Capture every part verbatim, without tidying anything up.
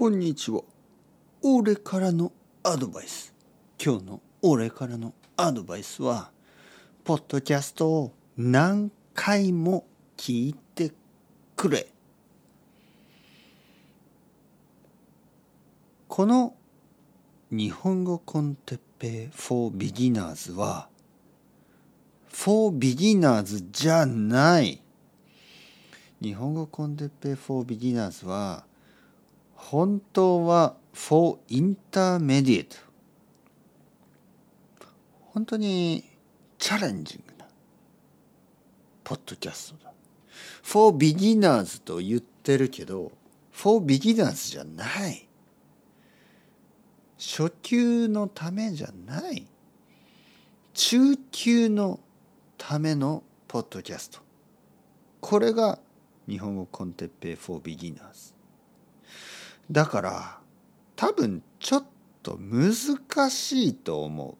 こんにちは。俺からのアドバイス。今日の俺からのアドバイスは、ポッドキャストを何回も聞いてくれ。この日本語コンテッペイ for beginners は for beginners じゃない。日本語コンテッペイ for beginners は本当は for intermediate。本当にチャレンジングなポッドキャストだ。for beginners と言ってるけど for beginners じゃない。初級のためじゃない。中級のためのポッドキャスト。これが日本語コンテッペイ for beginners。だから多分ちょっと難しいと思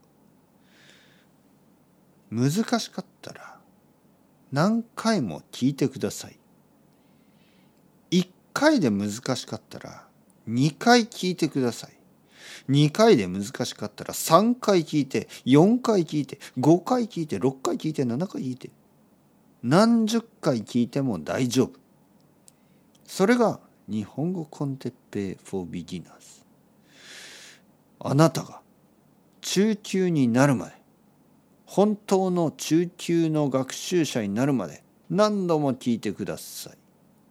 う。難しかったら何回も聞いてください。いっかいで難しかったらにかい聞いてください。にかいで難しかったらさんかい聞いて、よんかい聞いて、ごかい聞いて、ろっかい聞いて、ななかい聞いて、何十回聞いても大丈夫。それが日本語コンテッペイ for beginners。あなたが中級になるまで、本当の中級の学習者になるまで何度も聞いてください。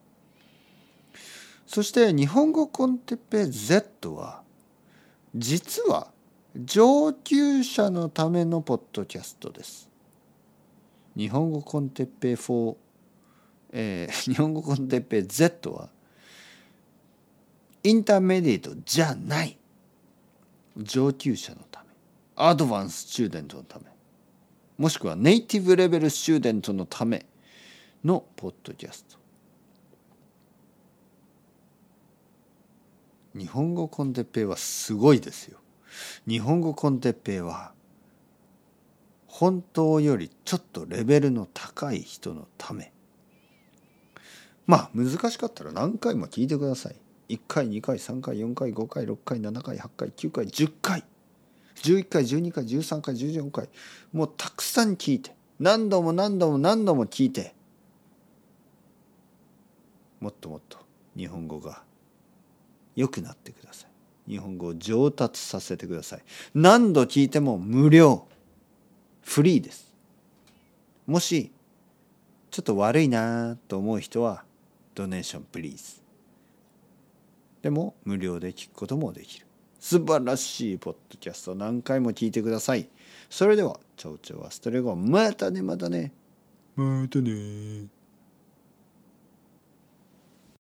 そして日本語コンテッペイ Z は実は上級者のためのポッドキャストです。日本語コンテッペイ4、えー、日本語コンテッペイ Z はインターメディエートじゃない。上級者のため、アドバンススチューデントのため、もしくはネイティブレベルスチューデントのためのポッドキャスト。日本語コンテッペイはすごいですよ。日本語コンテッペイは本当よりちょっとレベルの高い人のため。まあ難しかったら何回も聞いてください。いっかい、にかい、さんかい、よんかい、ごかい、ろっかい、ななかい、はちかい、きゅうかい、じゅっかい、じゅういっかい、じゅうにかい、じゅうさんかい、じゅうよんかい、もうたくさん聞いて、何度も何度も何度も聞いて、もっともっと日本語が良くなってください。日本語を上達させてください。何度聞いても無料、フリーです。もしちょっと悪いなと思う人はドネーションプリーズ。でも無料で聞くこともできる。素晴らしいポッドキャスト、何回も聞いてください。それではチャオチャオアストレゴ、またねまたねまたね。